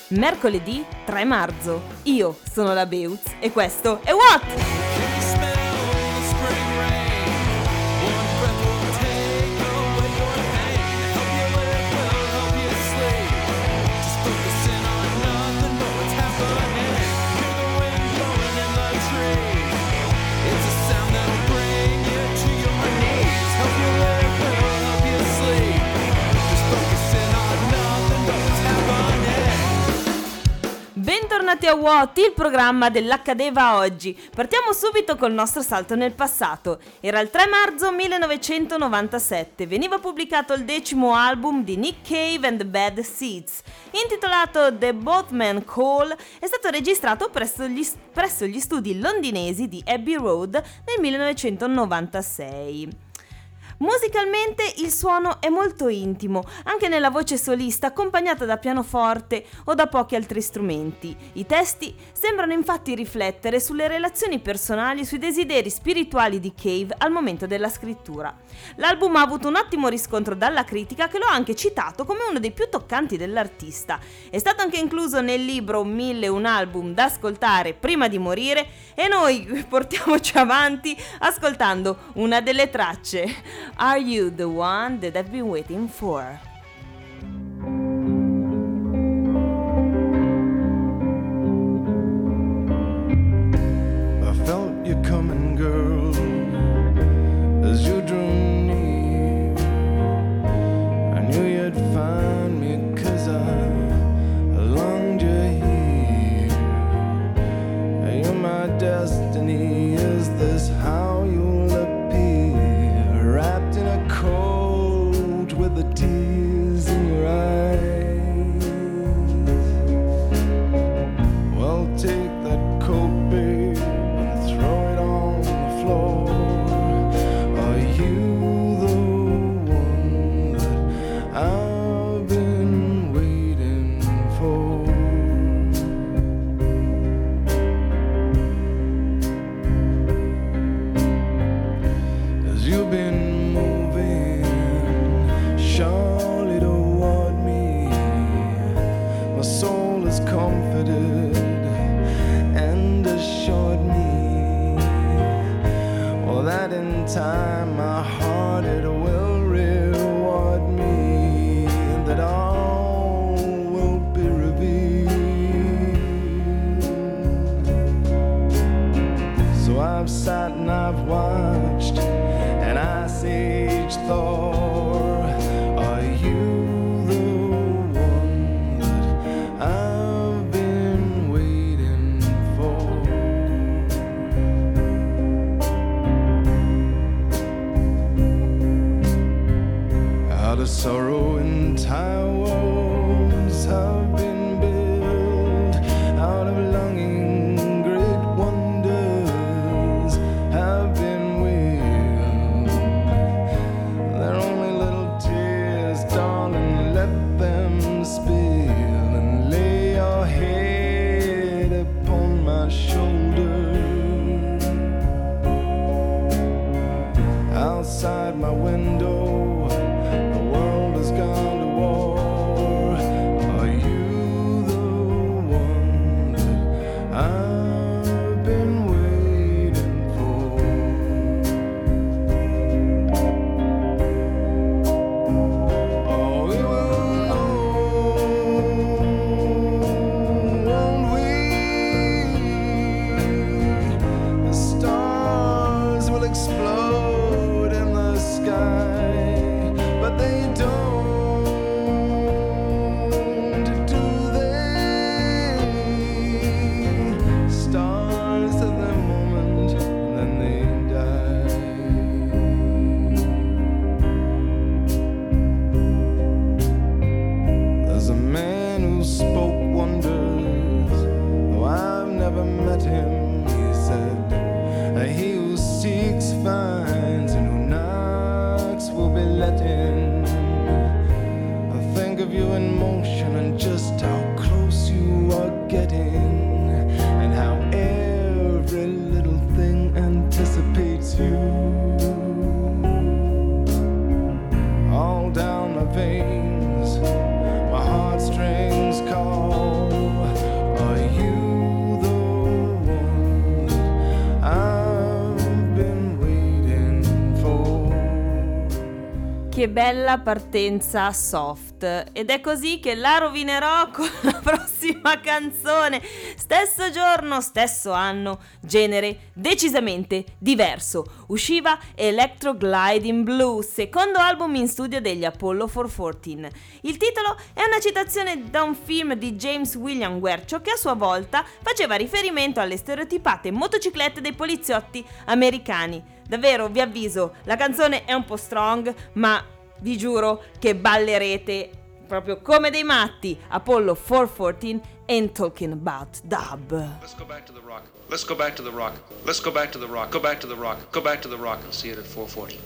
Mercoledì 3 marzo. Io sono la Beuz e questo è What? Bentornati a What, il programma dell'Accadeva oggi. Partiamo subito col nostro salto nel passato. Era il 3 marzo 1997, veniva pubblicato il 10° album di Nick Cave and the Bad Seeds. Intitolato The Boatman Call, è stato registrato presso gli studi londinesi di Abbey Road nel 1996. Musicalmente il suono è molto intimo, anche nella voce solista accompagnata da pianoforte o da pochi altri strumenti. I testi sembrano infatti riflettere sulle relazioni personali e sui desideri spirituali di Cave al momento della scrittura. L'album ha avuto un ottimo riscontro dalla critica, che lo ha anche citato come uno dei più toccanti dell'artista. È stato anche incluso nel libro 1001 album da ascoltare prima di morire e noi portiamoci avanti ascoltando una delle tracce. Are you the one that I've been waiting for? I felt you coming, girl, as you drew near. I knew you'd find me 'cause I longed you here. You're my destiny, is this how you'll appear? Wrapped in a coat with the tears in your eyes. Well, take that coat, babe, and throw it on the floor. Are you the one that I've been waiting for? 'Cause you've been surely toward me. My soul is comforted and assured me, well, that in time my heart it will reward me, and that all will be revealed. So I've sat and I've watched and I sage thought. Sorrow and tire walls have been built out of longing, great wonders have been willed. They're only little tears, darling, let them spill, and lay your head upon my shoulder. Outside my window gone to war. Are you the one that I've been waiting for? Oh, we will know, won't we? The stars will explode in the sky, but they don't. Finds and who knocks will be let in. I think of you in motion and just how close you are getting, and how every little thing anticipates you. All down my veins, my heartstrings call. Che bella partenza soft, ed è così che la rovinerò con la prossima canzone. Stesso giorno, stesso anno, genere decisamente diverso. Usciva Electro Gliding Blue, secondo album in studio degli Apollo 414. Il titolo è una citazione da un film di James William Guercio che a sua volta faceva riferimento alle stereotipate motociclette dei poliziotti americani. Davvero, vi avviso, la canzone è un po' strong, ma vi giuro che ballerete proprio come dei matti. Apollo 414 ain't talking about dub. Let's go back to the rock. Let's go back to the rock. Let's go back to the rock. Go back to the rock. Go back to the rock and see it at 440.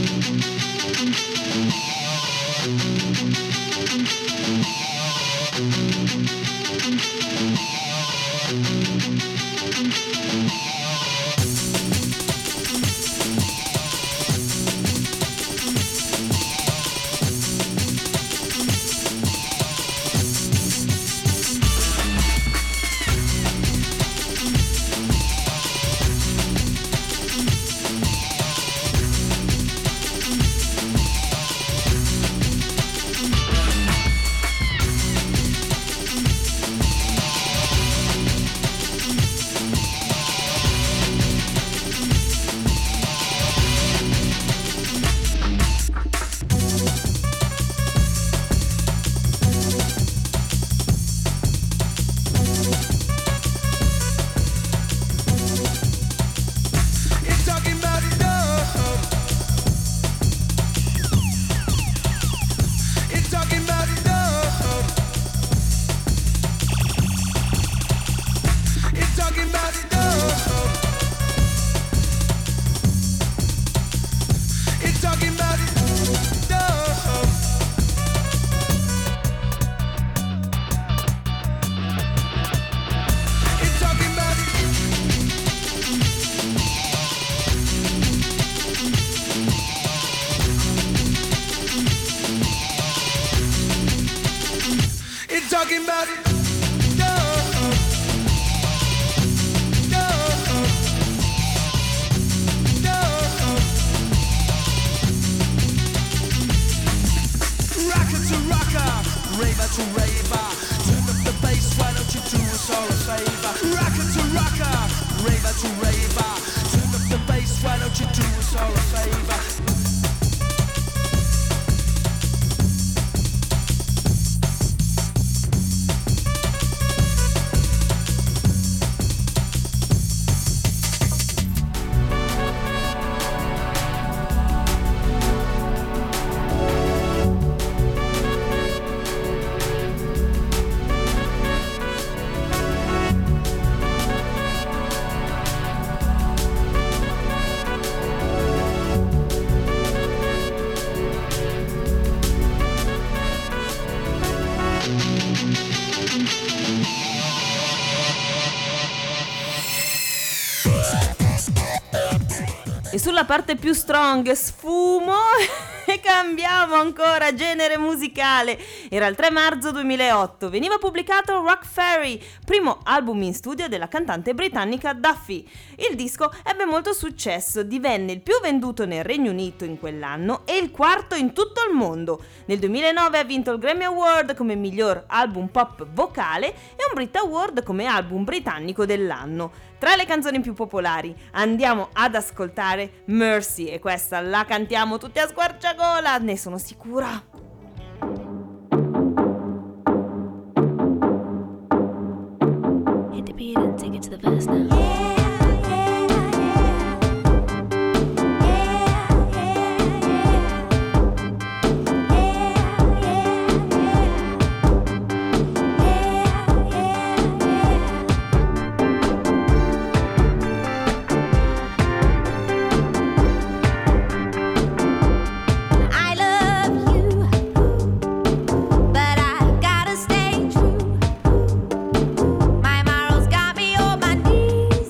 Talking about it. Rocker to rocker, raver to raver. Turn up the bass, why don't you do us all a favor? Rocker to rocker, raver to raver. Turn up the bass, why don't you do us all a favor? E sulla parte più strong sfumo e cambiamo ancora genere musicale. Era il 3 marzo 2008, veniva pubblicato Rock Ferry, primo album in studio della cantante britannica Duffy. Il disco ebbe molto successo, divenne il più venduto nel Regno Unito in quell'anno e il quarto in tutto il mondo. Nel 2009 ha vinto il Grammy Award come miglior album pop vocale e un Brit Award come album britannico dell'anno. Tra le canzoni più popolari andiamo ad ascoltare Mercy e questa la cantiamo tutti a squarciagola, ne sono sicura. Hit the beat and take it to the verse now. My morals got me on my knees.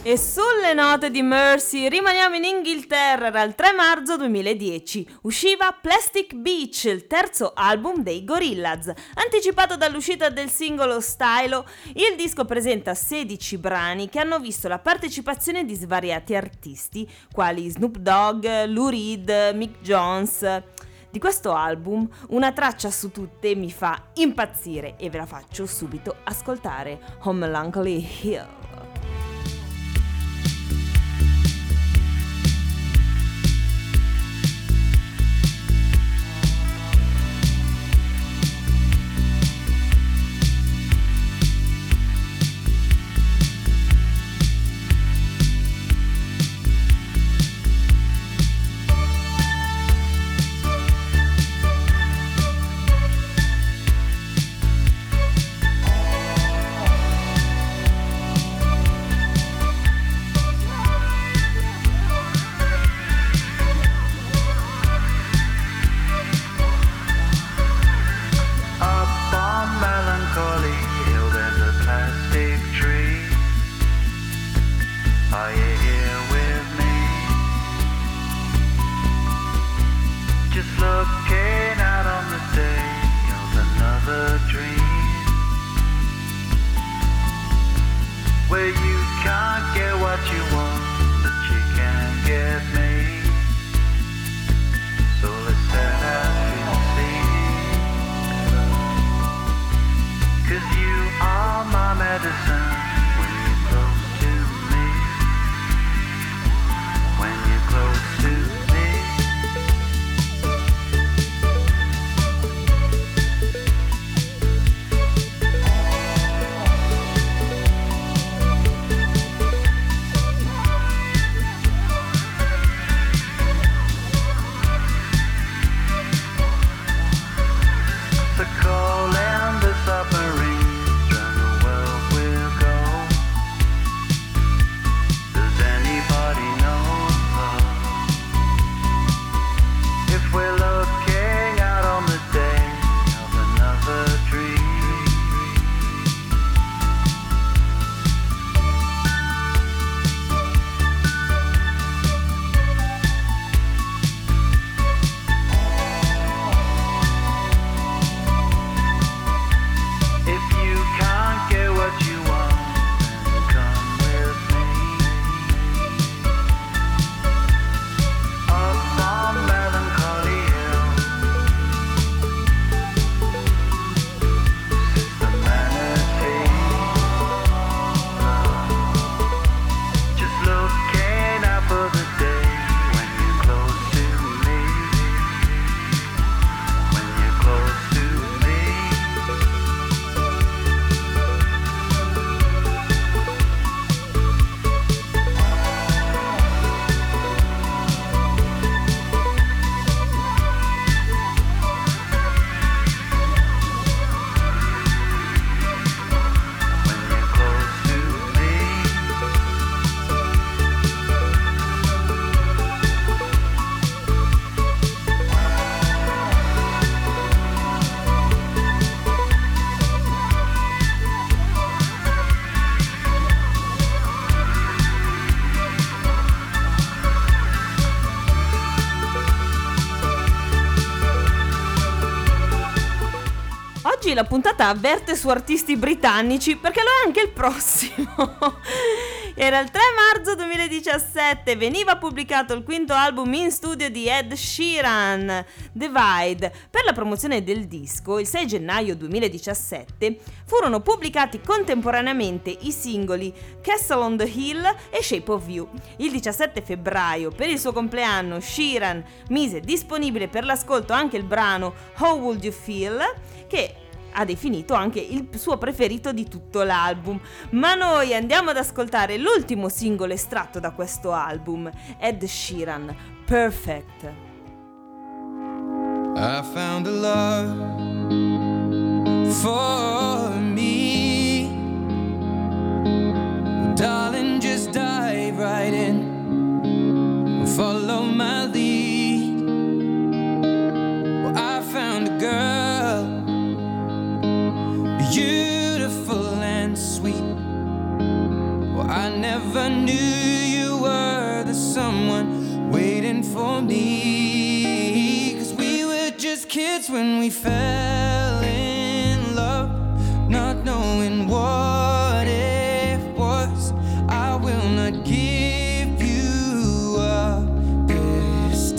E sulle note di Mercy rimaniamo in Inghilterra. Era il 3 marzo 2010. Usciva Plastic Beach, il terzo album dei Gorillaz. Anticipato dall'uscita del singolo Stylo, il disco presenta 16 brani che hanno visto la partecipazione di svariati artisti, quali Snoop Dogg, Lou Reed, Mick Jones. Di questo album, una traccia su tutte mi fa impazzire e ve la faccio subito ascoltare: On Melancholy Hill. Oggi la puntata avverte su artisti britannici perché lo è anche il prossimo. Era il 3 marzo 2017, veniva pubblicato il quinto album in studio di Ed Sheeran, Divide. Per la promozione del disco, il 6 gennaio 2017, furono pubblicati contemporaneamente i singoli Castle on the Hill e Shape of You. Il 17 febbraio, per il suo compleanno, Sheeran mise disponibile per l'ascolto anche il brano How Would You Feel, che ha definito anche il suo preferito di tutto l'album. Ma noi andiamo ad ascoltare l'ultimo singolo estratto da questo album, Ed Sheeran, Perfect. I found a love for me. Darling, just dive right in, follow my lead. Well, I found a girl, beautiful and sweet. Well, I never knew you were the someone waiting for me, 'cause we were just kids when we fell in love, not knowing what it was. I will not give you up this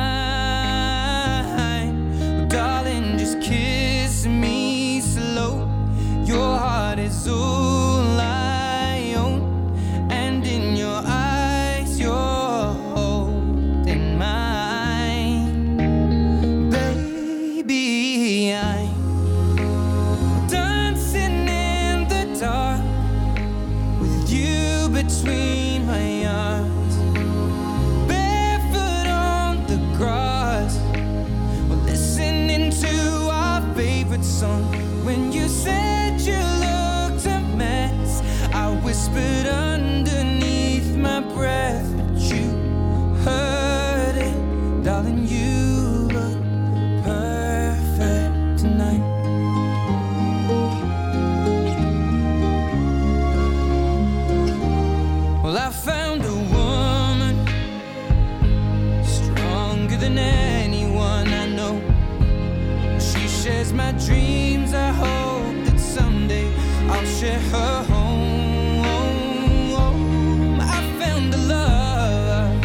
time, darling, just kiss me slow. Your heart is all I own, and in your eyes you're holding mine. Baby, I'm dancing in the dark with you between my arms, barefoot on the grass, or listening to our favorite song. When you said you looked a mess, I whispered underneath my breath, but you heard it, darling, you look perfect tonight. Well, I found a woman stronger than anyone I know. She shares my dreams. I hope that someday I'll share her home. I found a love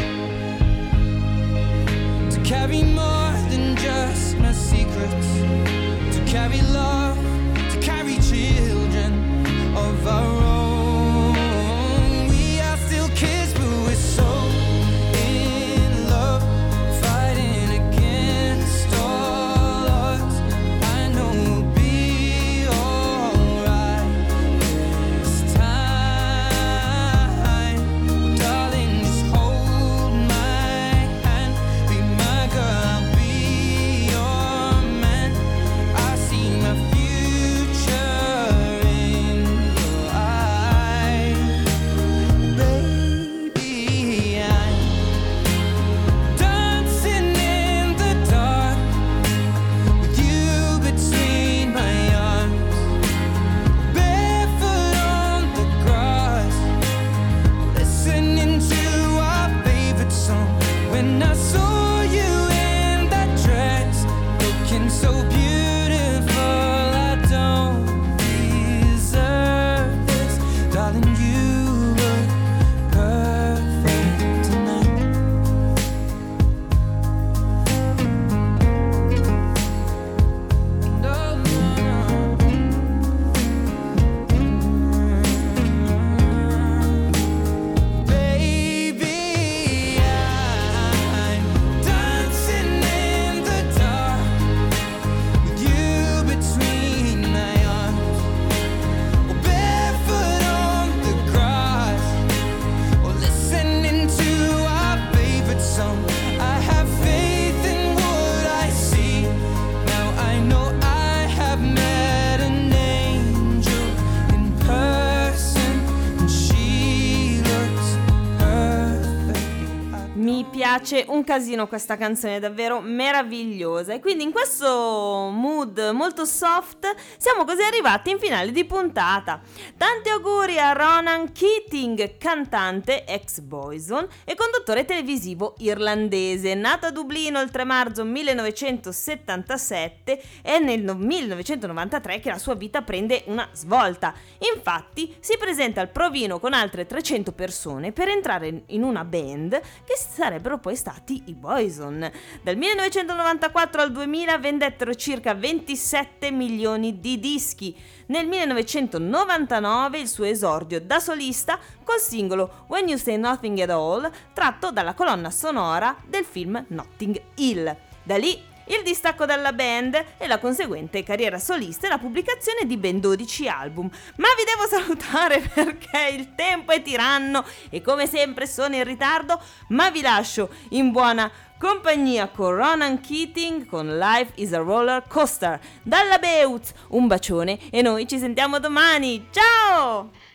to carry more than just my secrets, to carry love, to carry children of our own. We are still kids, but we're so in love, fighting against all odds. I know we'll be alright this time. Darling, just hold my hand, be my girl, I'll be your man. I see my future in your eyes. Baby, I'm dancing in the dark with you between my arms, barefoot on the grass, listening to our favorite song. When I saw you in that dress, looking so beautiful, I don't deserve this, darling, you look perfect tonight. No, no, baby, I'm dancing in the dark with you between my arms, or barefoot on the grass, or listening to our favorite song. I have faith in what I see. Now I know I have met an angel in person, and she looks perfect. Mi piace un casino questa canzone, davvero meravigliosa. E quindi in questo mood molto soft siamo così arrivati in finale di puntata. Tanti auguri a Ronan Keating, cantante ex Boyzone e conduttore televisivo irlandese. Nato a Dublino il 3 marzo 1977, è nel 1993 che la sua vita prende una svolta. Infatti si presenta al provino con altre 300 persone per entrare in una band che sarebbero poi stati i Boyzone. Dal 1994 al 2000 vendettero circa 27 milioni di dischi. Nel 1999 il suo esordio da solista col singolo When You Say Nothing at All, tratto dalla colonna sonora del film Notting Hill. Da lì il distacco dalla band e la conseguente carriera solista e la pubblicazione di ben 12 album. Ma vi devo salutare perché il tempo è tiranno e come sempre sono in ritardo, ma vi lascio in buona compagnia con Ronan Keating con Life is a Roller Coaster. Dalla Beutz un bacione e noi ci sentiamo domani. Ciao!